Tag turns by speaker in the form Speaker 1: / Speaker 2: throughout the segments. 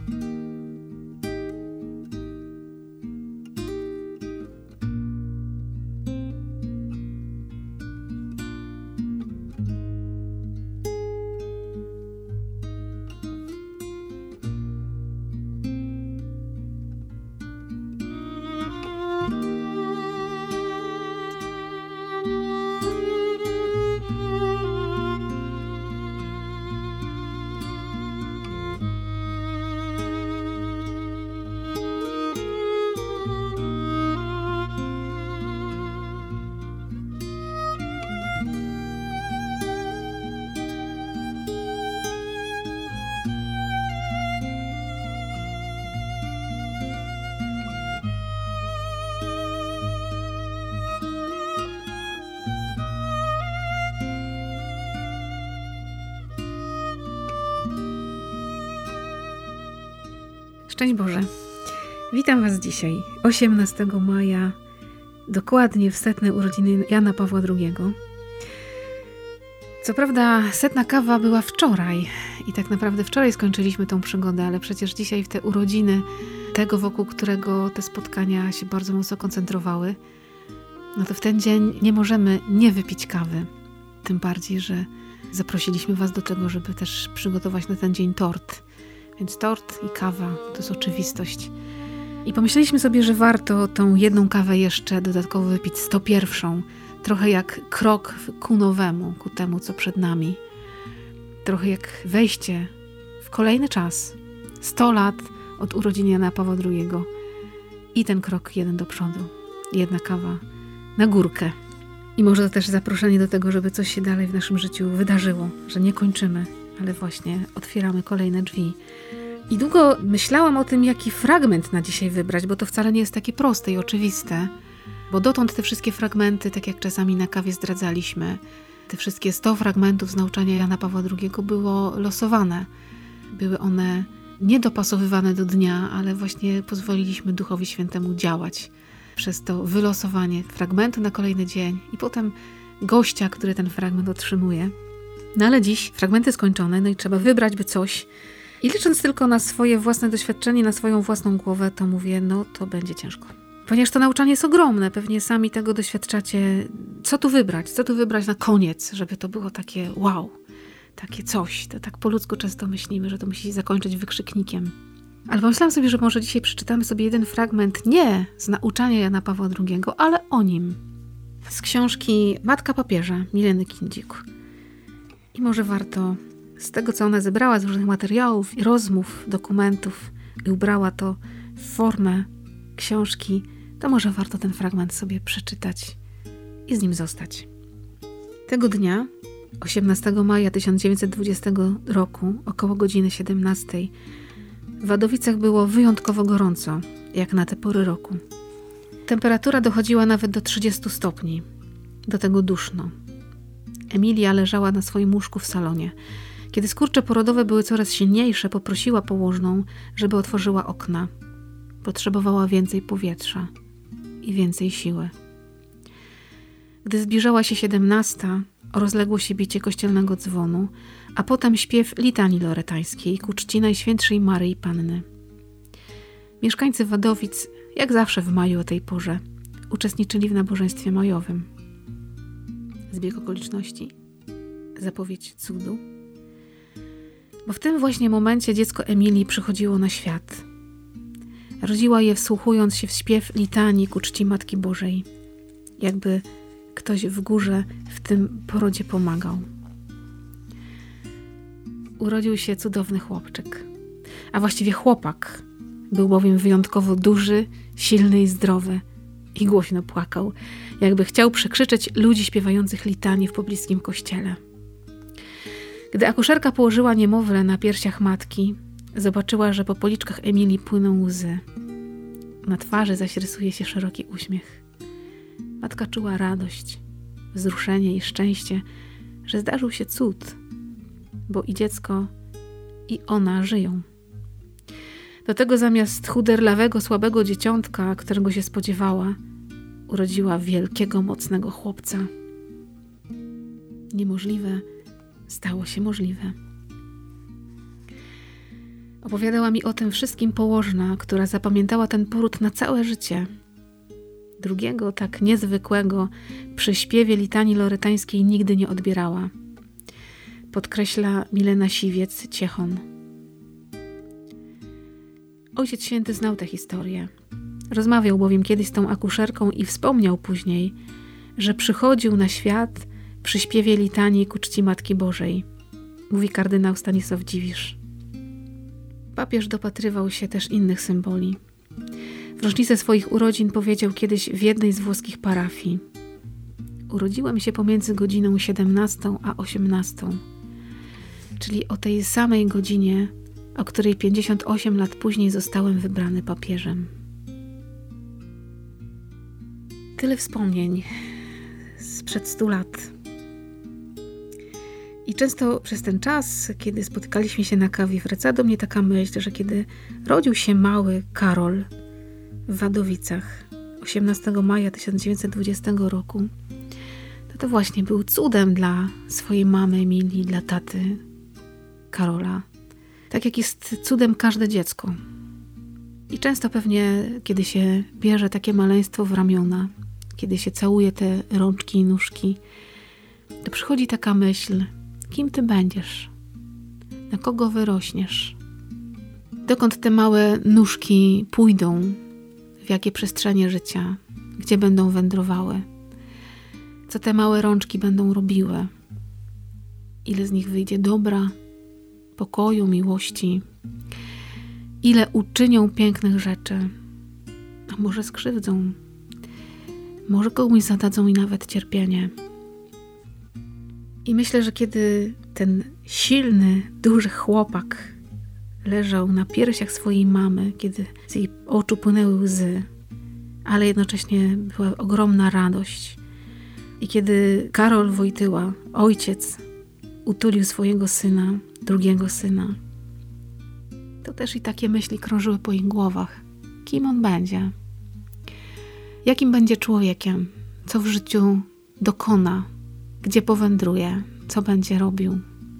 Speaker 1: Szczęść Boże. Witam Was dzisiaj, 18 maja, dokładnie w 100. urodziny Jana Pawła II. Co prawda 100. kawa była wczoraj i tak naprawdę wczoraj skończyliśmy tą przygodę, ale przecież dzisiaj w te urodziny tego, wokół którego te spotkania się bardzo mocno koncentrowały, no to w ten dzień nie możemy nie wypić kawy. Tym bardziej, że zaprosiliśmy Was do tego, żeby też przygotować na ten dzień tort. Więc tort i kawa to jest oczywistość. I pomyśleliśmy sobie, że warto tą jedną kawę jeszcze dodatkowo wypić 101. Trochę jak krok ku nowemu, ku temu, co przed nami. Trochę jak wejście w kolejny czas. 100 lat od urodzin Jana Pawła II. I ten krok jeden do przodu. Jedna kawa na górkę. I może to też zaproszenie do tego, żeby coś się dalej w naszym życiu wydarzyło. Że nie kończymy, ale właśnie otwieramy kolejne drzwi. I długo myślałam o tym, jaki fragment na dzisiaj wybrać, bo to wcale nie jest takie proste i oczywiste. Bo dotąd te wszystkie fragmenty, tak jak czasami na kawie zdradzaliśmy, te wszystkie 100 fragmentów z nauczania Jana Pawła II było losowane. Były one niedopasowywane do dnia, ale właśnie pozwoliliśmy Duchowi Świętemu działać przez to wylosowanie fragmentu na kolejny dzień i potem gościa, który ten fragment otrzymuje. No ale dziś fragmenty skończone, no i trzeba wybrać by coś. I licząc tylko na swoje własne doświadczenie, na swoją własną głowę, to mówię, no to będzie ciężko. Ponieważ to nauczanie jest ogromne, pewnie sami tego doświadczacie. Co tu wybrać na koniec, żeby to było takie wow, takie coś. To tak po ludzku często myślimy, że to musi się zakończyć wykrzyknikiem. Ale pomyślałam sobie, że może dzisiaj przeczytamy sobie jeden fragment nie z nauczania Jana Pawła II, ale o nim. Z książki Matka Papieża, Mileny Kindzik. I może warto z tego, co ona zebrała z różnych materiałów, rozmów, dokumentów i ubrała to w formę książki, to może warto ten fragment sobie przeczytać i z nim zostać. Tego dnia, 18 maja 1920 roku, około godziny 17, w Wadowicach było wyjątkowo gorąco, jak na te pory roku. Temperatura dochodziła nawet do 30 stopni, do tego duszno. Emilia leżała na swoim łóżku w salonie. Kiedy skurcze porodowe były coraz silniejsze, poprosiła położną, żeby otworzyła okna. Potrzebowała więcej powietrza i więcej siły. Gdy zbliżała się 17, rozległo się bicie kościelnego dzwonu, a potem śpiew litanii loretańskiej ku czci Najświętszej Maryi Panny. Mieszkańcy Wadowic, jak zawsze w maju o tej porze, uczestniczyli w nabożeństwie majowym. Zbieg okoliczności, zapowiedź cudu. Bo w tym właśnie momencie dziecko Emilii przychodziło na świat. Rodziła je wsłuchując się w śpiew litanii ku czci Matki Bożej. Jakby ktoś w górze w tym porodzie pomagał. Urodził się cudowny chłopczyk. A właściwie chłopak. Był bowiem wyjątkowo duży, silny i zdrowy. I głośno płakał, jakby chciał przekrzyczeć ludzi śpiewających litanii w pobliskim kościele. Gdy akuszerka położyła niemowlę na piersiach matki, zobaczyła, że po policzkach Emilii płyną łzy. Na twarzy zaś rysuje się szeroki uśmiech. Matka czuła radość, wzruszenie i szczęście, że zdarzył się cud, bo i dziecko, i ona żyją. Do tego zamiast chuderlawego, słabego dzieciątka, którego się spodziewała, urodziła wielkiego, mocnego chłopca. Niemożliwe stało się możliwe. Opowiadała mi o tym wszystkim położna, która zapamiętała ten poród na całe życie. Drugiego, tak niezwykłego, przy śpiewie litanii lorytańskiej nigdy nie odbierała. Podkreśla Milena Siwiec-Ciechon. Ojciec Święty znał tę historię. Rozmawiał bowiem kiedyś z tą akuszerką i wspomniał później, że przychodził na świat przy śpiewie litanii ku czci Matki Bożej. Mówi kardynał Stanisław Dziwisz. Papież dopatrywał się też innych symboli. W rocznicę swoich urodzin powiedział kiedyś w jednej z włoskich parafii: urodziłem się pomiędzy godziną 17 a 18, czyli o tej samej godzinie, o której 58 lat później zostałem wybrany papieżem. Tyle wspomnień sprzed 100 lat. I często przez ten czas, kiedy spotykaliśmy się na kawie, wraca do mnie taka myśl, że kiedy rodził się mały Karol w Wadowicach 18 maja 1920 roku, to właśnie był cudem dla swojej mamy Emilii, dla taty Karola. Tak jak jest cudem każde dziecko. I często pewnie, kiedy się bierze takie maleństwo w ramiona, kiedy się całuje te rączki i nóżki, to przychodzi taka myśl: kim ty będziesz? Na kogo wyrośniesz? Dokąd te małe nóżki pójdą? W jakie przestrzenie życia? Gdzie będą wędrowały? Co te małe rączki będą robiły? Ile z nich wyjdzie dobra, pokoju, miłości? Ile uczynią pięknych rzeczy? A może skrzywdzą? Może komuś zadadzą i nawet cierpienie? I myślę, że kiedy ten silny, duży chłopak leżał na piersiach swojej mamy, kiedy z jej oczu płynęły łzy, ale jednocześnie była ogromna radość. I kiedy Karol Wojtyła, ojciec, utulił swojego syna, drugiego syna, to też i takie myśli krążyły po ich głowach. Kim on będzie? Jakim będzie człowiekiem? Co w życiu dokona? Gdzie powędruje? Co będzie robił?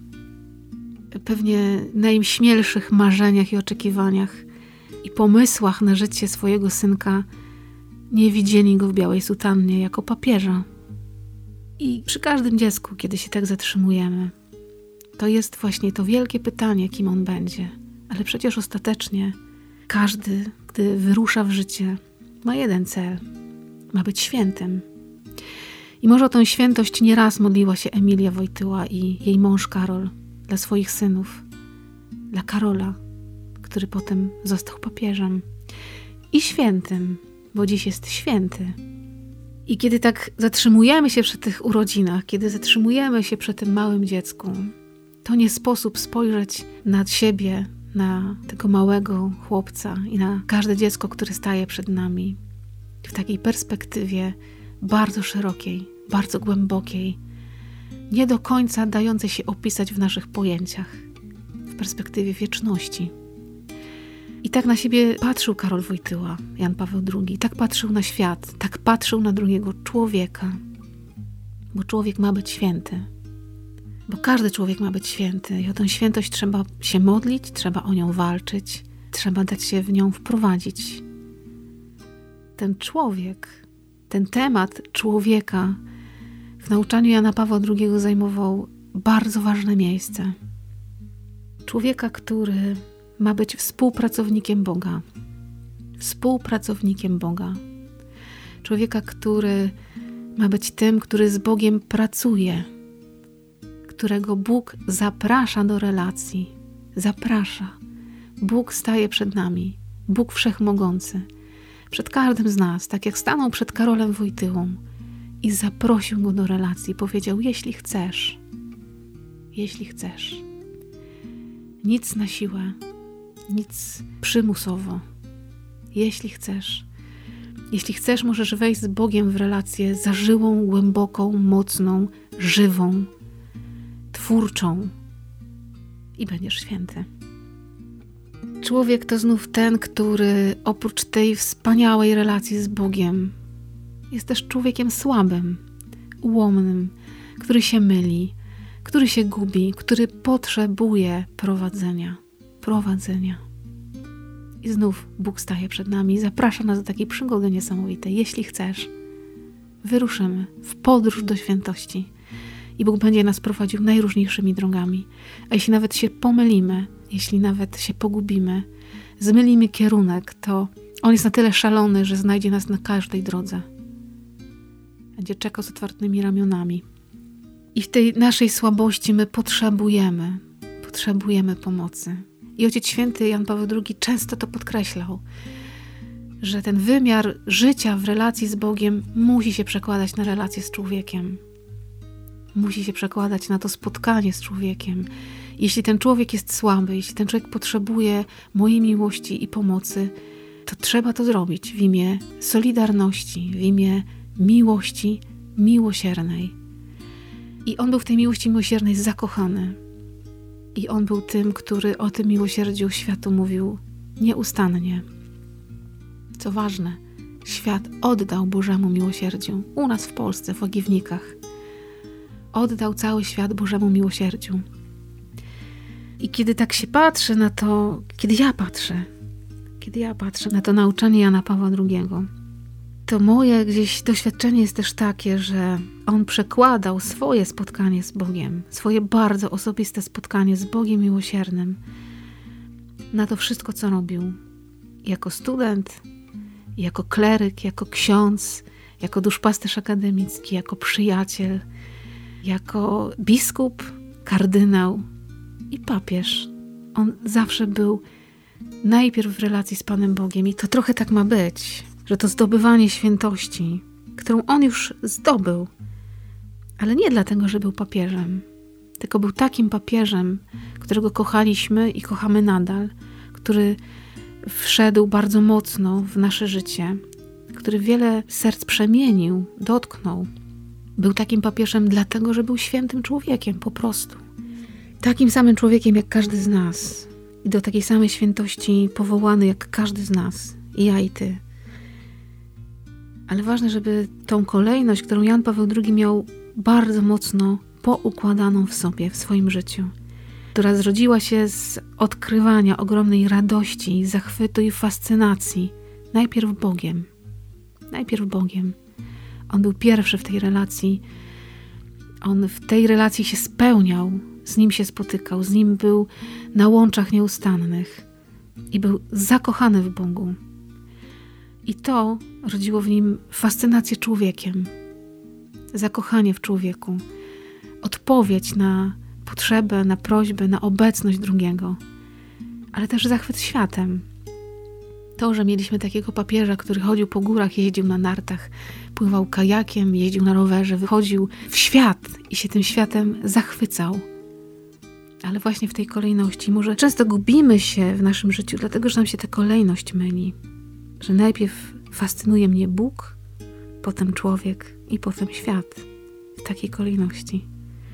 Speaker 1: Pewnie w najśmielszych marzeniach i oczekiwaniach i pomysłach na życie swojego synka nie widzieli go w białej sutannie jako papieża. I przy każdym dziecku, kiedy się tak zatrzymujemy, to jest właśnie to wielkie pytanie, kim on będzie. Ale przecież ostatecznie każdy, gdy wyrusza w życie, ma jeden cel. Ma być świętym. I może o tę świętość nieraz modliła się Emilia Wojtyła i jej mąż Karol dla swoich synów. Dla Karola, który potem został papieżem. I świętym, bo dziś jest święty. I kiedy tak zatrzymujemy się przy tych urodzinach, kiedy zatrzymujemy się przy tym małym dziecku, to nie sposób spojrzeć na siebie, na tego małego chłopca i na każde dziecko, które staje przed nami w takiej perspektywie bardzo szerokiej, bardzo głębokiej, nie do końca dającej się opisać w naszych pojęciach, w perspektywie wieczności. I tak na siebie patrzył Karol Wojtyła, Jan Paweł II, tak patrzył na świat, tak patrzył na drugiego człowieka, bo człowiek ma być święty. Bo każdy człowiek ma być święty i o tę świętość trzeba się modlić, trzeba o nią walczyć, trzeba dać się w nią wprowadzić. Ten człowiek, ten temat człowieka w nauczaniu Jana Pawła II zajmował bardzo ważne miejsce. Człowieka, który ma być współpracownikiem Boga. Współpracownikiem Boga. Człowieka, który ma być tym, który z Bogiem pracuje, którego Bóg zaprasza do relacji. Zaprasza. Bóg staje przed nami. Bóg Wszechmogący. Przed każdym z nas, tak jak stanął przed Karolem Wojtyłą i zaprosił go do relacji. Powiedział: jeśli chcesz. Jeśli chcesz. Nic na siłę. Nic przymusowo. Jeśli chcesz. Jeśli chcesz, możesz wejść z Bogiem w relację zażyłą, głęboką, mocną, żywą, twórczą i będziesz święty. Człowiek to znów ten, który oprócz tej wspaniałej relacji z Bogiem jest też człowiekiem słabym, ułomnym, który się myli, który się gubi, który potrzebuje prowadzenia. prowadzenia. I znów Bóg staje przed nami i zaprasza nas do takiej przygody niesamowitej. Jeśli chcesz, wyruszymy w podróż do świętości i Bóg będzie nas prowadził najróżniejszymi drogami. A jeśli nawet się pomylimy, jeśli nawet się pogubimy, zmylimy kierunek, to On jest na tyle szalony, że znajdzie nas na każdej drodze. Będzie czekał z otwartymi ramionami. I w tej naszej słabości my potrzebujemy pomocy. I Ojciec Święty Jan Paweł II często to podkreślał, że ten wymiar życia w relacji z Bogiem musi się przekładać na relację z człowiekiem. Musi się przekładać na to spotkanie z człowiekiem. Jeśli ten człowiek jest słaby, jeśli ten człowiek potrzebuje mojej miłości i pomocy, to trzeba to zrobić w imię solidarności, w imię miłości miłosiernej. I on był w tej miłości miłosiernej zakochany. I on był tym, który o tym miłosierdziu światu mówił nieustannie. Co ważne, świat oddał Bożemu miłosierdziu. U nas w Polsce, w Łagiewnikach. Oddał cały świat Bożemu miłosierdziu. I kiedy tak się patrzy na to, kiedy ja patrzę na to nauczanie Jana Pawła II, to moje gdzieś doświadczenie jest też takie, że on przekładał swoje spotkanie z Bogiem, swoje bardzo osobiste spotkanie z Bogiem miłosiernym na to wszystko, co robił. Jako student, jako kleryk, jako ksiądz, jako duszpasterz akademicki, jako przyjaciel, jako biskup, kardynał i papież. On zawsze był najpierw w relacji z Panem Bogiem i to trochę tak ma być, że to zdobywanie świętości, którą on już zdobył, ale nie dlatego, że był papieżem, tylko był takim papieżem, którego kochaliśmy i kochamy nadal, który wszedł bardzo mocno w nasze życie, który wiele serc przemienił, dotknął. Był takim papieżem dlatego, że był świętym człowiekiem po prostu. Takim samym człowiekiem jak każdy z nas i do takiej samej świętości powołany jak każdy z nas, i ja i ty. Ale ważne, żeby tą kolejność, którą Jan Paweł II miał bardzo mocno poukładaną w sobie, w swoim życiu, która zrodziła się z odkrywania ogromnej radości, zachwytu i fascynacji. Najpierw Bogiem. On był pierwszy w tej relacji. On w tej relacji się spełniał, z Nim się spotykał, z Nim był na łączach nieustannych i był zakochany w Bogu. I to rodziło w nim fascynację człowiekiem, zakochanie w człowieku, odpowiedź na potrzebę, na prośbę, na obecność drugiego, ale też zachwyt światem. To, że mieliśmy takiego papieża, który chodził po górach, jeździł na nartach, pływał kajakiem, jeździł na rowerze, wychodził w świat i się tym światem zachwycał. Ale właśnie w tej kolejności może często gubimy się w naszym życiu, dlatego że nam się ta kolejność myli. Że najpierw fascynuje mnie Bóg, potem człowiek i potem świat. W takiej kolejności.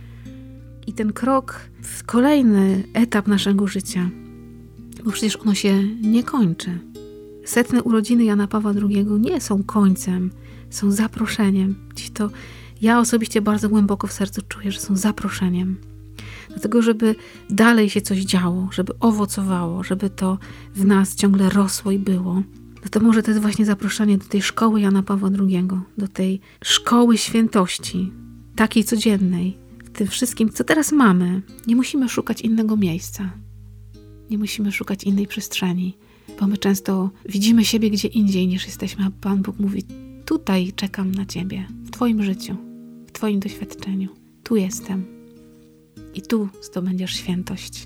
Speaker 1: I ten krok w kolejny etap naszego życia, bo przecież ono się nie kończy. 100. urodziny Jana Pawła II nie są końcem, są zaproszeniem. Dziś to ja osobiście bardzo głęboko w sercu czuję, że są zaproszeniem. Dlatego, żeby dalej się coś działo, żeby owocowało, żeby to w nas ciągle rosło i było. No to może to jest właśnie zaproszenie do tej szkoły Jana Pawła II, do tej szkoły świętości, takiej codziennej, w tym wszystkim, co teraz mamy. Nie musimy szukać innego miejsca, nie musimy szukać innej przestrzeni, bo my często widzimy siebie gdzie indziej niż jesteśmy, a Pan Bóg mówi: tutaj czekam na Ciebie, w Twoim życiu, w Twoim doświadczeniu, tu jestem i tu zdobędziesz świętość.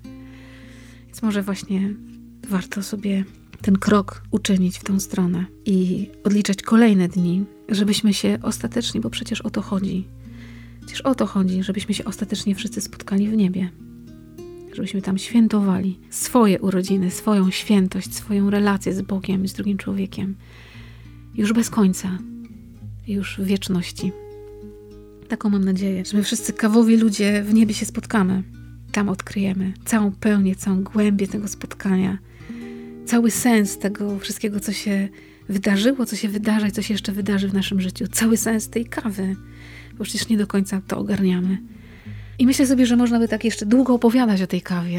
Speaker 1: Więc może właśnie warto sobie ten krok uczynić w tą stronę i odliczać kolejne dni, żebyśmy się ostatecznie, bo przecież o to chodzi. Przecież o to chodzi, żebyśmy się ostatecznie wszyscy spotkali w niebie. Żebyśmy tam świętowali swoje urodziny, swoją świętość, swoją relację z Bogiem, z drugim człowiekiem. Już bez końca. Już w wieczności. Taką mam nadzieję, że my wszyscy kawowi ludzie w niebie się spotkamy. Tam odkryjemy całą pełnię, całą głębię tego spotkania. Cały sens tego wszystkiego, co się wydarzyło, co się wydarza i co się jeszcze wydarzy w naszym życiu. Cały sens tej kawy, bo przecież nie do końca to ogarniamy. I myślę sobie, że można by tak jeszcze długo opowiadać o tej kawie,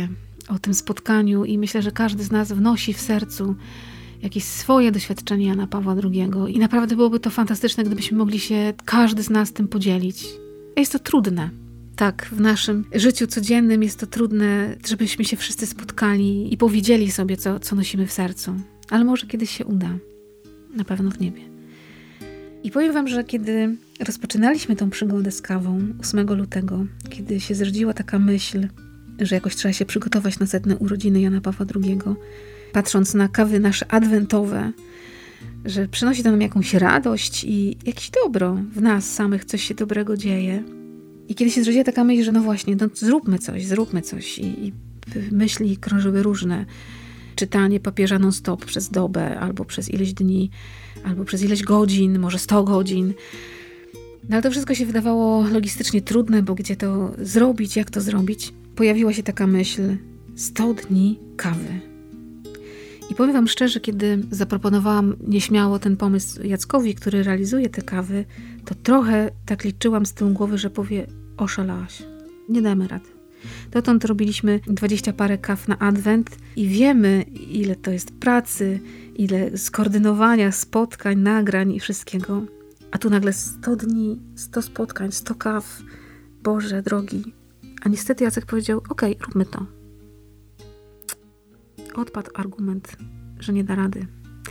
Speaker 1: o tym spotkaniu i myślę, że każdy z nas wnosi w sercu jakieś swoje doświadczenie Jana Pawła II i naprawdę byłoby to fantastyczne, gdybyśmy mogli się każdy z nas tym podzielić. Jest to trudne. Tak, w naszym życiu codziennym jest to trudne, żebyśmy się wszyscy spotkali i powiedzieli sobie, co nosimy w sercu. Ale może kiedyś się uda. Na pewno w niebie. I powiem wam, że kiedy rozpoczynaliśmy tą przygodę z kawą 8 lutego, kiedy się zrodziła taka myśl, że jakoś trzeba się przygotować na 100. urodziny Jana Pawła II, patrząc na kawy nasze adwentowe, że przynosi to nam jakąś radość i jakieś dobro w nas samych, coś się dobrego dzieje. I kiedy się zrodziła taka myśl, że no właśnie, no zróbmy coś. I myśli krążyły różne. Czytanie papieża non-stop przez dobę, albo przez ileś dni, albo przez ileś godzin, może 100 godzin. No ale to wszystko się wydawało logistycznie trudne, bo gdzie to zrobić, jak to zrobić? Pojawiła się taka myśl: 100 dni kawy. I powiem wam szczerze, kiedy zaproponowałam nieśmiało ten pomysł Jackowi, który realizuje te kawy, to trochę tak liczyłam z tyłu głowy, że powie: oszalałaś, nie damy rady. Dotąd robiliśmy 20 parę kaw na adwent i wiemy, ile to jest pracy, ile skoordynowania, spotkań, nagrań i wszystkiego. A tu nagle 100 dni, 100 spotkań, 100 kaw. Boże drogi. A niestety Jacek powiedział: okej, róbmy to. Odpadł argument, że nie da rady.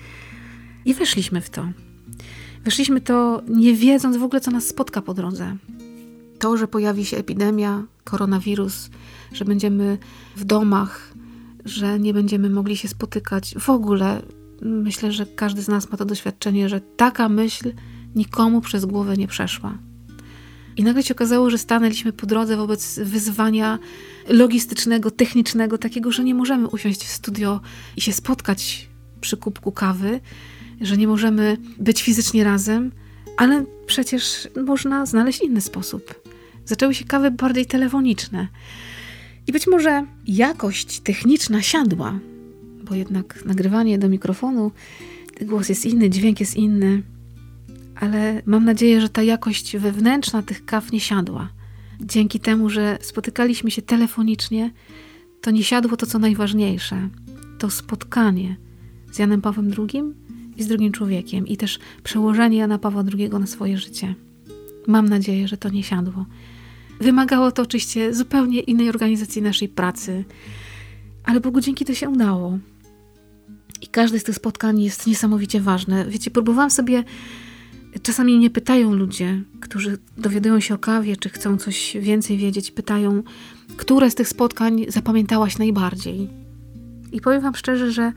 Speaker 1: I weszliśmy w to. Weszliśmy to nie wiedząc w ogóle, co nas spotka po drodze. To, że pojawi się epidemia, koronawirus, że będziemy w domach, że nie będziemy mogli się spotykać. W ogóle myślę, że każdy z nas ma to doświadczenie, że taka myśl nikomu przez głowę nie przeszła. I nagle się okazało, że stanęliśmy po drodze wobec wyzwania logistycznego, technicznego, takiego, że nie możemy usiąść w studio i się spotkać przy kubku kawy, że nie możemy być fizycznie razem, ale przecież można znaleźć inny sposób. Zaczęły się kawy bardziej telefoniczne. I być może jakość techniczna siadła, bo jednak nagrywanie do mikrofonu, głos jest inny, dźwięk jest inny, ale mam nadzieję, że ta jakość wewnętrzna tych kaw nie siadła. Dzięki temu, że spotykaliśmy się telefonicznie, to nie siadło to, co najważniejsze. To spotkanie z Janem Pawłem II i z drugim człowiekiem i też przełożenie Jana Pawła II na swoje życie. Mam nadzieję, że to nie siadło. Wymagało to oczywiście zupełnie innej organizacji naszej pracy, ale Bogu dzięki to się udało. I każde z tych spotkań jest niesamowicie ważne. Wiecie, próbowałam sobie, czasami mnie pytają ludzie, którzy dowiadują się o kawie, czy chcą coś więcej wiedzieć, pytają, które z tych spotkań zapamiętałaś najbardziej. I powiem wam szczerze, że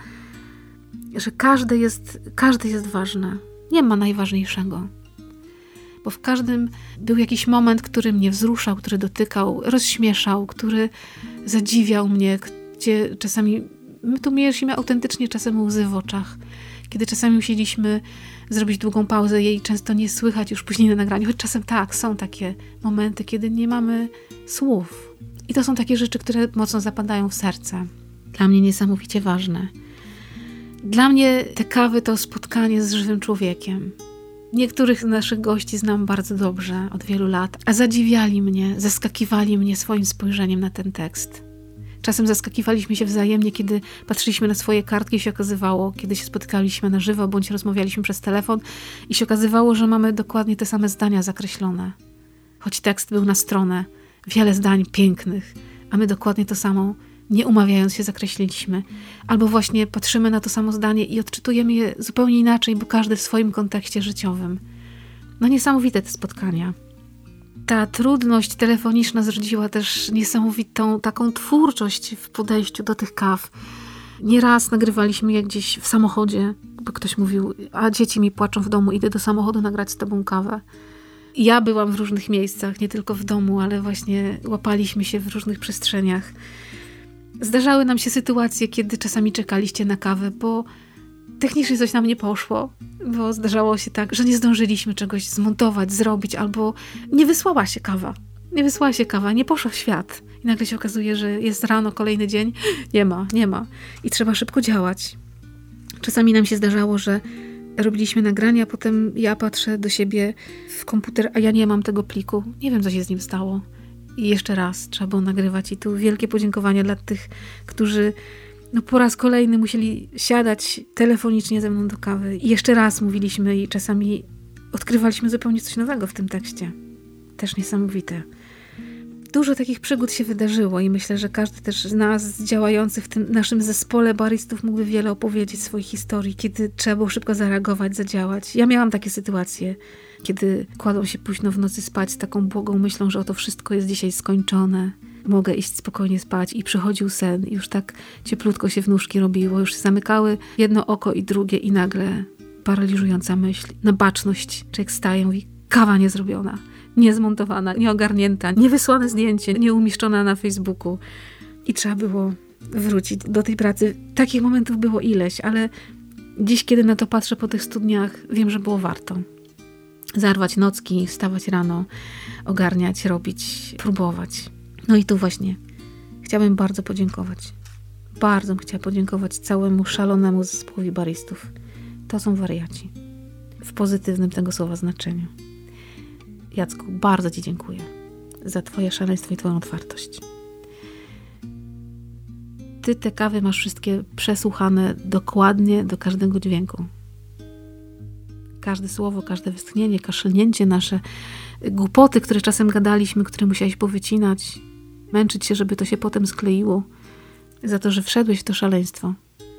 Speaker 1: każde jest ważne. Nie ma najważniejszego. Bo w każdym był jakiś moment, który mnie wzruszał, który dotykał, rozśmieszał, który zadziwiał mnie, gdzie czasami my tu mieliśmy autentycznie czasem łzy w oczach, kiedy czasami musieliśmy zrobić długą pauzę, jej często nie słychać już później na nagraniu, choć czasem tak, są takie momenty, kiedy nie mamy słów. I to są takie rzeczy, które mocno zapadają w serce. Dla mnie niesamowicie ważne. Dla mnie te kawy to spotkanie z żywym człowiekiem. Niektórych z naszych gości znam bardzo dobrze od wielu lat, a zadziwiali mnie, zaskakiwali mnie swoim spojrzeniem na ten tekst. Czasem zaskakiwaliśmy się wzajemnie, kiedy patrzyliśmy na swoje kartki i się okazywało, kiedy się spotykaliśmy na żywo, bądź rozmawialiśmy przez telefon i się okazywało, że mamy dokładnie te same zdania zakreślone. Choć tekst był na stronę, wiele zdań pięknych, a my dokładnie to samo, nie umawiając się, zakreśliliśmy. Albo właśnie patrzymy na to samo zdanie i odczytujemy je zupełnie inaczej, bo każdy w swoim kontekście życiowym. No niesamowite te spotkania. Ta trudność telefoniczna zrodziła też niesamowitą taką twórczość w podejściu do tych kaw. Nieraz nagrywaliśmy je gdzieś w samochodzie, bo ktoś mówił: a dzieci mi płaczą w domu, idę do samochodu nagrać z tobą kawę. I ja byłam w różnych miejscach, nie tylko w domu, ale właśnie łapaliśmy się w różnych przestrzeniach. Zdarzały nam się sytuacje, kiedy czasami czekaliście na kawę, bo technicznie coś nam nie poszło, bo zdarzało się tak, że nie zdążyliśmy czegoś zmontować, zrobić, albo nie wysłała się kawa, nie poszła w świat. I nagle się okazuje, że jest rano, kolejny dzień, nie ma. I trzeba szybko działać. Czasami nam się zdarzało, że robiliśmy nagrania, a potem ja patrzę do siebie w komputer, a ja nie mam tego pliku. Nie wiem, co się z nim stało. I jeszcze raz trzeba było nagrywać. I tu wielkie podziękowania dla tych, którzy po raz kolejny musieli siadać telefonicznie ze mną do kawy. I jeszcze raz mówiliśmy i czasami odkrywaliśmy zupełnie coś nowego w tym tekście. Też niesamowite. Dużo takich przygód się wydarzyło i myślę, że każdy też z nas działający w tym naszym zespole baristów mógłby wiele opowiedzieć swoich historii, kiedy trzeba było szybko zareagować, zadziałać. Ja miałam takie sytuacje, kiedy kładłam się późno w nocy spać z taką błogą myślą, że oto wszystko jest dzisiaj skończone. Mogę iść spokojnie spać i przychodził sen. Już tak cieplutko się w nóżki robiło. Już się zamykały jedno oko i drugie i nagle paraliżująca myśl. Na baczność człowiek staje i mówi, kawa niezrobiona, niezmontowana, nieogarnięta, niewysłane zdjęcie, nieumieszczona na Facebooku. I trzeba było wrócić do tej pracy. Takich momentów było ileś, ale dziś, kiedy na to patrzę po tych 100 dniach, wiem, że było warto. Zarwać nocki, wstawać rano, ogarniać, robić, próbować. No i tu właśnie chciałabym bardzo podziękować. Bardzo bym chciała podziękować całemu szalonemu zespołowi baristów. To są wariaci. W pozytywnym tego słowa znaczeniu. Jacku, bardzo Ci dziękuję za Twoje szaleństwo i Twoją otwartość. Ty te kawy masz wszystkie przesłuchane dokładnie do każdego dźwięku. Każde słowo, każde westchnienie, kaszlnięcie nasze, głupoty, które czasem gadaliśmy, które musiałeś powycinać, męczyć się, żeby to się potem skleiło, za to, że wszedłeś w to szaleństwo.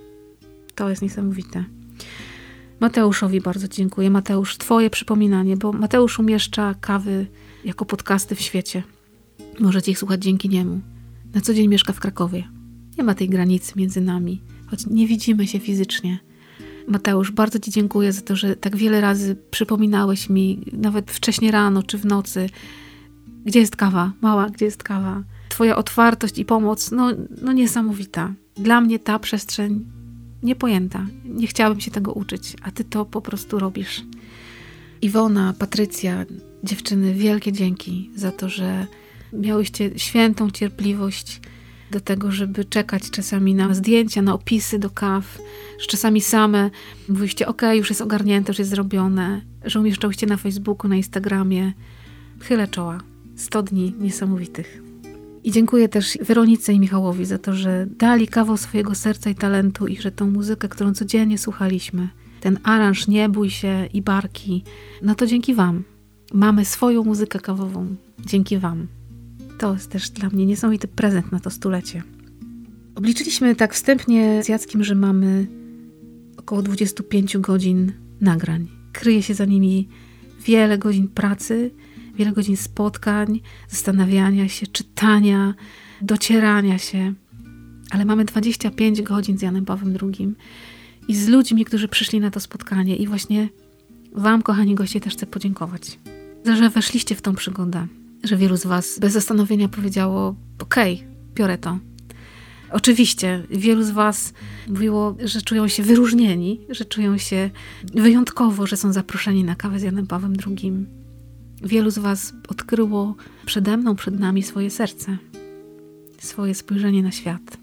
Speaker 1: To jest niesamowite. Mateuszowi bardzo dziękuję. Mateusz, Twoje przypominanie, bo Mateusz umieszcza kawy jako podcasty w świecie. Możecie ich słuchać dzięki niemu. Na co dzień mieszka w Krakowie. Nie ma tej granicy między nami, choć nie widzimy się fizycznie. Mateusz, bardzo Ci dziękuję za to, że tak wiele razy przypominałeś mi, nawet wcześnie rano czy w nocy, gdzie jest kawa? Mała, gdzie jest kawa? Twoja otwartość i pomoc, no niesamowita. Dla mnie ta przestrzeń niepojęta. Nie chciałabym się tego uczyć, a Ty to po prostu robisz. Iwona, Patrycja, dziewczyny, wielkie dzięki za to, że miałyście świętą cierpliwość do tego, żeby czekać czasami na zdjęcia, na opisy do kaw, że czasami same mówiliście, okej, już jest ogarnięte, już jest zrobione, że umieszczałyście na Facebooku, na Instagramie. Chylę czoła. 100 dni niesamowitych. I dziękuję też Weronice i Michałowi za to, że dali kawał swojego serca i talentu i że tą muzykę, którą codziennie słuchaliśmy, ten aranż Nie bój się i barki, no to dzięki Wam. Mamy swoją muzykę kawową. Dzięki Wam. To jest też dla mnie niesamowity prezent na to 100-lecie. Obliczyliśmy tak wstępnie z Jackiem, że mamy około 25 godzin nagrań. Kryje się za nimi wiele godzin pracy, wiele godzin spotkań, zastanawiania się, czytania, docierania się. Ale mamy 25 godzin z Janem Pawłem II i z ludźmi, którzy przyszli na to spotkanie. I właśnie Wam, kochani goście, też chcę podziękować, że weszliście w tą przygodę. Że wielu z Was bez zastanowienia powiedziało, okej, biorę to. Oczywiście wielu z Was mówiło, że czują się wyróżnieni, że czują się wyjątkowo, że są zaproszeni na kawę z Janem Pawłem II. Wielu z Was odkryło przede mną, przed nami swoje serce, swoje spojrzenie na świat,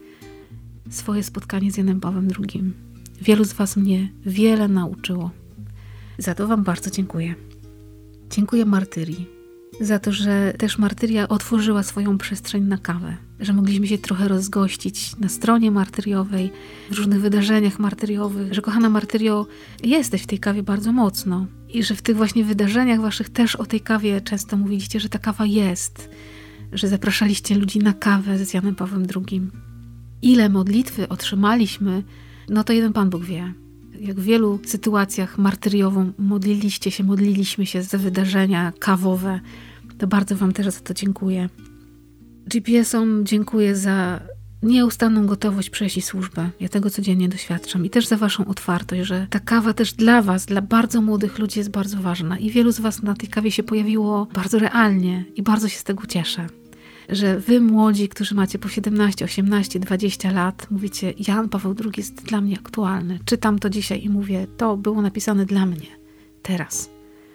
Speaker 1: swoje spotkanie z Janem Pawłem II. Wielu z Was mnie wiele nauczyło. Za to Wam bardzo dziękuję. Dziękuję Martyrii. Za to, że też Martyria otworzyła swoją przestrzeń na kawę. Że mogliśmy się trochę rozgościć na stronie martyriowej, w różnych wydarzeniach martyriowych. Że kochana Martyrio, jesteś w tej kawie bardzo mocno. I że w tych właśnie wydarzeniach waszych też o tej kawie często mówiliście, że ta kawa jest. Że zapraszaliście ludzi na kawę z Janem Pawłem II. Ile modlitwy otrzymaliśmy, no to jeden Pan Bóg wie. Jak w wielu sytuacjach martyriową modliliśmy się za wydarzenia kawowe, to bardzo Wam też za to dziękuję. GPS-om dziękuję za nieustanną gotowość przejść i służbę. Ja tego codziennie doświadczam. I też za Waszą otwartość, że ta kawa też dla Was, dla bardzo młodych ludzi jest bardzo ważna. I wielu z Was na tej kawie się pojawiło bardzo realnie i bardzo się z tego cieszę. Że Wy młodzi, którzy macie po 17, 18, 20 lat, mówicie, Jan Paweł II jest dla mnie aktualny. Czytam to dzisiaj i mówię, to było napisane dla mnie. Teraz.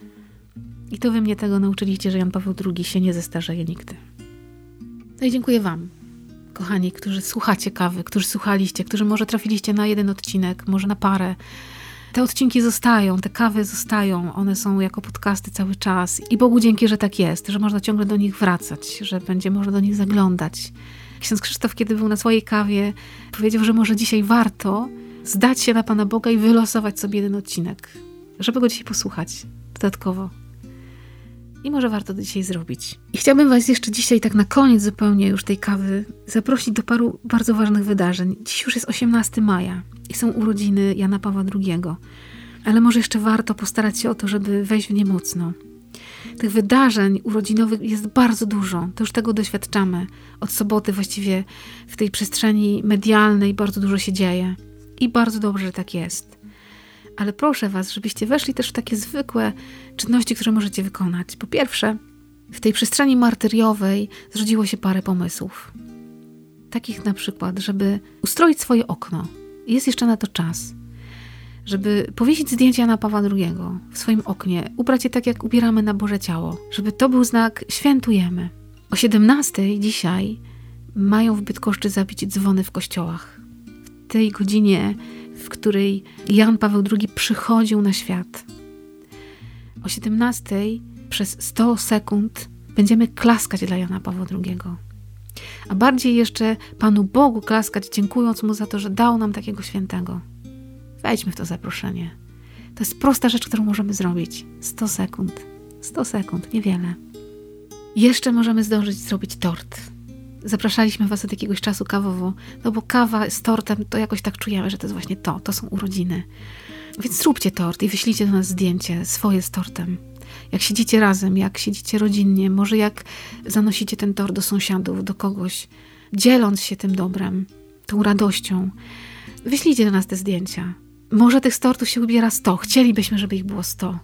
Speaker 1: I to Wy mnie tego nauczyliście, że Jan Paweł II się nie zestarzeje nigdy. No i dziękuję Wam, kochani, którzy słuchacie kawy, którzy słuchaliście, którzy może trafiliście na jeden odcinek, może na parę, Te odcinki zostają, te kawy zostają, one są jako podcasty cały czas i Bogu dzięki, że tak jest, że można ciągle do nich wracać, że będzie można do nich zaglądać. Ksiądz Krzysztof, kiedy był na swojej kawie, powiedział, że może dzisiaj warto zdać się na Pana Boga i wylosować sobie jeden odcinek, żeby go dzisiaj posłuchać dodatkowo. I może warto to dzisiaj zrobić. I chciałabym Was jeszcze dzisiaj, tak na koniec zupełnie już tej kawy, zaprosić do paru bardzo ważnych wydarzeń. Dziś już jest 18 maja i są urodziny Jana Pawła II. Ale może jeszcze warto postarać się o to, żeby wejść w nie mocno. Tych wydarzeń urodzinowych jest bardzo dużo. To już tego doświadczamy. Od soboty właściwie w tej przestrzeni medialnej bardzo dużo się dzieje. I bardzo dobrze, że tak jest. Ale proszę Was, żebyście weszli też w takie zwykłe czynności, które możecie wykonać. Po pierwsze, w tej przestrzeni martyriowej zrodziło się parę pomysłów. Takich na przykład, żeby ustroić swoje okno. Jest jeszcze na to czas. Żeby powiesić zdjęcie Jana Pawła II w swoim oknie, ubrać je tak, jak ubieramy na Boże Ciało. Żeby to był znak świętujemy. O 17:00 dzisiaj mają w Bydgoszczy zabić dzwony w kościołach. W tej godzinie, w której Jan Paweł II przychodził na świat. O 17:00 przez 100 sekund będziemy klaskać dla Jana Pawła II. A bardziej jeszcze Panu Bogu klaskać, dziękując Mu za to, że dał nam takiego świętego. Wejdźmy w to zaproszenie. To jest prosta rzecz, którą możemy zrobić. 100 sekund. 100 sekund, niewiele. Jeszcze możemy zdążyć zrobić tort. Zapraszaliśmy Was od jakiegoś czasu kawowo, no bo kawa z tortem, to jakoś tak czujemy, że to jest właśnie to są urodziny. Więc zróbcie tort i wyślijcie do nas zdjęcie swoje z tortem. Jak siedzicie razem, jak siedzicie rodzinnie, może jak zanosicie ten tort do sąsiadów, do kogoś, dzieląc się tym dobrem, tą radością. Wyślijcie do nas te zdjęcia. Może tych tortów się ubiera 100. Chcielibyśmy, żeby ich było 100.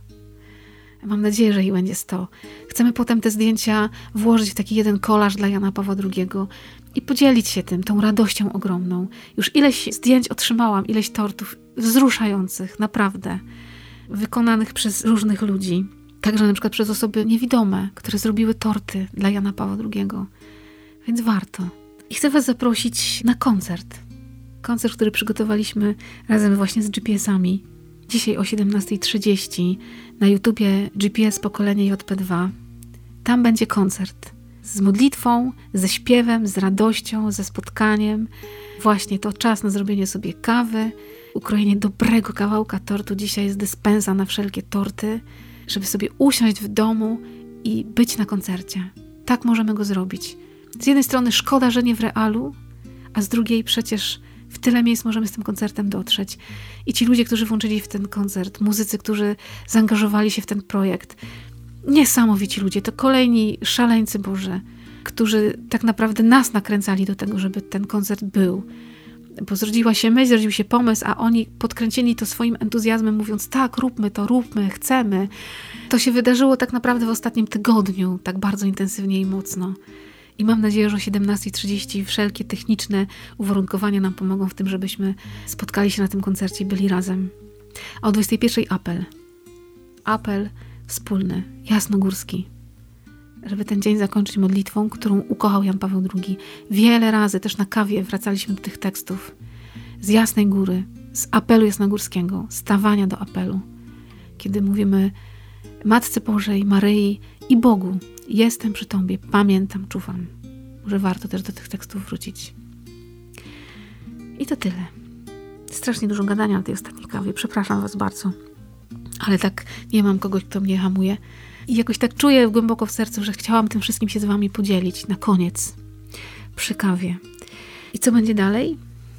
Speaker 1: Mam nadzieję, że ich będzie 100. Chcemy potem te zdjęcia włożyć w taki jeden kolaż dla Jana Pawła II i podzielić się tym, tą radością ogromną. Już ileś zdjęć otrzymałam, ileś tortów wzruszających, naprawdę, wykonanych przez różnych ludzi. Także na przykład przez osoby niewidome, które zrobiły torty dla Jana Pawła II. Więc warto. I chcę Was zaprosić na koncert. Koncert, który przygotowaliśmy razem właśnie z GPS-ami. Dzisiaj o 17:30 na YouTubie GPS Pokolenie JP2. Tam będzie koncert z modlitwą, ze śpiewem, z radością, ze spotkaniem. Właśnie to czas na zrobienie sobie kawy, ukrojenie dobrego kawałka tortu. Dzisiaj jest dyspensa na wszelkie torty, żeby sobie usiąść w domu i być na koncercie. Tak możemy go zrobić. Z jednej strony szkoda, że nie w realu, a z drugiej przecież w tyle miejsc możemy z tym koncertem dotrzeć. I ci ludzie, którzy włączyli w ten koncert, muzycy, którzy zaangażowali się w ten projekt, niesamowici ludzie, to kolejni szaleńcy Boże, którzy tak naprawdę nas nakręcali do tego, żeby ten koncert był. Bo zrodziła się myśl, zrodził się pomysł, a oni podkręcili to swoim entuzjazmem, mówiąc tak, róbmy to, róbmy, chcemy. To się wydarzyło tak naprawdę w ostatnim tygodniu, tak bardzo intensywnie i mocno. I mam nadzieję, że o 17:30 wszelkie techniczne uwarunkowania nam pomogą w tym, żebyśmy spotkali się na tym koncercie i byli razem. A o 21:00 apel. Apel wspólny, jasnogórski. Żeby ten dzień zakończyć modlitwą, którą ukochał Jan Paweł II. Wiele razy też na kawie wracaliśmy do tych tekstów. Z Jasnej Góry, z apelu jasnogórskiego, stawania do apelu. Kiedy mówimy Matce Bożej, Maryi i Bogu, jestem przy Tobie, pamiętam, czuwam. Może warto też do tych tekstów wrócić. I to tyle. Strasznie dużo gadania na tej ostatniej kawie. Przepraszam Was bardzo. Ale tak nie mam kogoś, kto mnie hamuje. I jakoś tak czuję głęboko w sercu, że chciałam tym wszystkim się z Wami podzielić. Na koniec. Przy kawie. I co będzie dalej?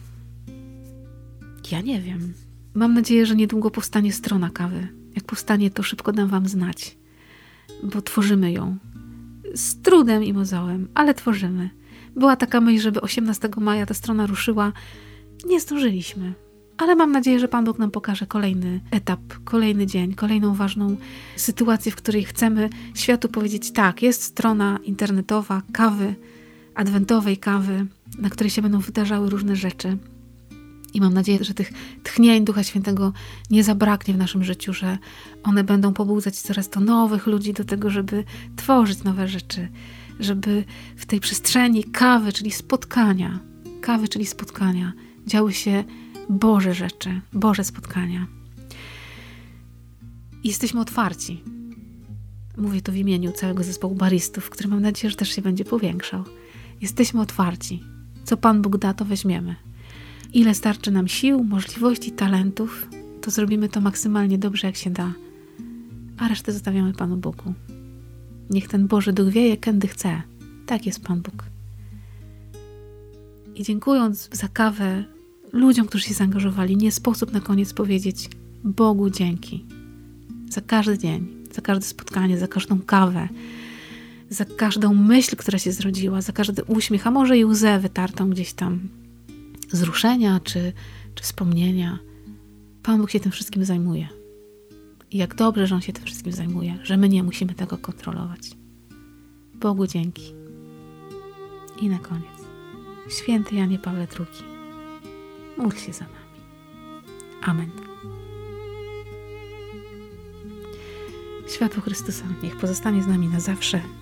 Speaker 1: Ja nie wiem. Mam nadzieję, że niedługo powstanie strona kawy. Jak powstanie, to szybko dam Wam znać. Bo tworzymy ją. Z trudem i mozołem, ale tworzymy. Była taka myśl, żeby 18 maja ta strona ruszyła. Nie zdążyliśmy. Ale mam nadzieję, że Pan Bóg nam pokaże kolejny etap, kolejny dzień, kolejną ważną sytuację, w której chcemy światu powiedzieć tak, jest strona internetowa kawy, adwentowej kawy, na której się będą wydarzały różne rzeczy. I mam nadzieję, że tych tchnień Ducha Świętego nie zabraknie w naszym życiu, że one będą pobudzać coraz to nowych ludzi do tego, żeby tworzyć nowe rzeczy, żeby w tej przestrzeni kawy, czyli spotkania, działy się Boże rzeczy, Boże spotkania. I jesteśmy otwarci. Mówię to w imieniu całego zespołu baristów, który mam nadzieję, że też się będzie powiększał. Jesteśmy otwarci. Co Pan Bóg da, to weźmiemy. Ile starczy nam sił, możliwości, talentów, to zrobimy to maksymalnie dobrze, jak się da. A resztę zostawiamy Panu Bogu. Niech ten Boży Duch wieje, kędy chce. Tak jest Pan Bóg. I dziękując za kawę ludziom, którzy się zaangażowali, nie sposób na koniec powiedzieć Bogu dzięki. Za każdy dzień, za każde spotkanie, za każdą kawę, za każdą myśl, która się zrodziła, za każdy uśmiech, a może i łzę wytartą gdzieś tam wzruszenia czy wspomnienia. Pan Bóg się tym wszystkim zajmuje. I jak dobrze, że On się tym wszystkim zajmuje, że my nie musimy tego kontrolować. Bogu dzięki. I na koniec. Święty Janie Pawle II, módl się za nami. Amen. Światło Chrystusa niech pozostanie z nami na zawsze.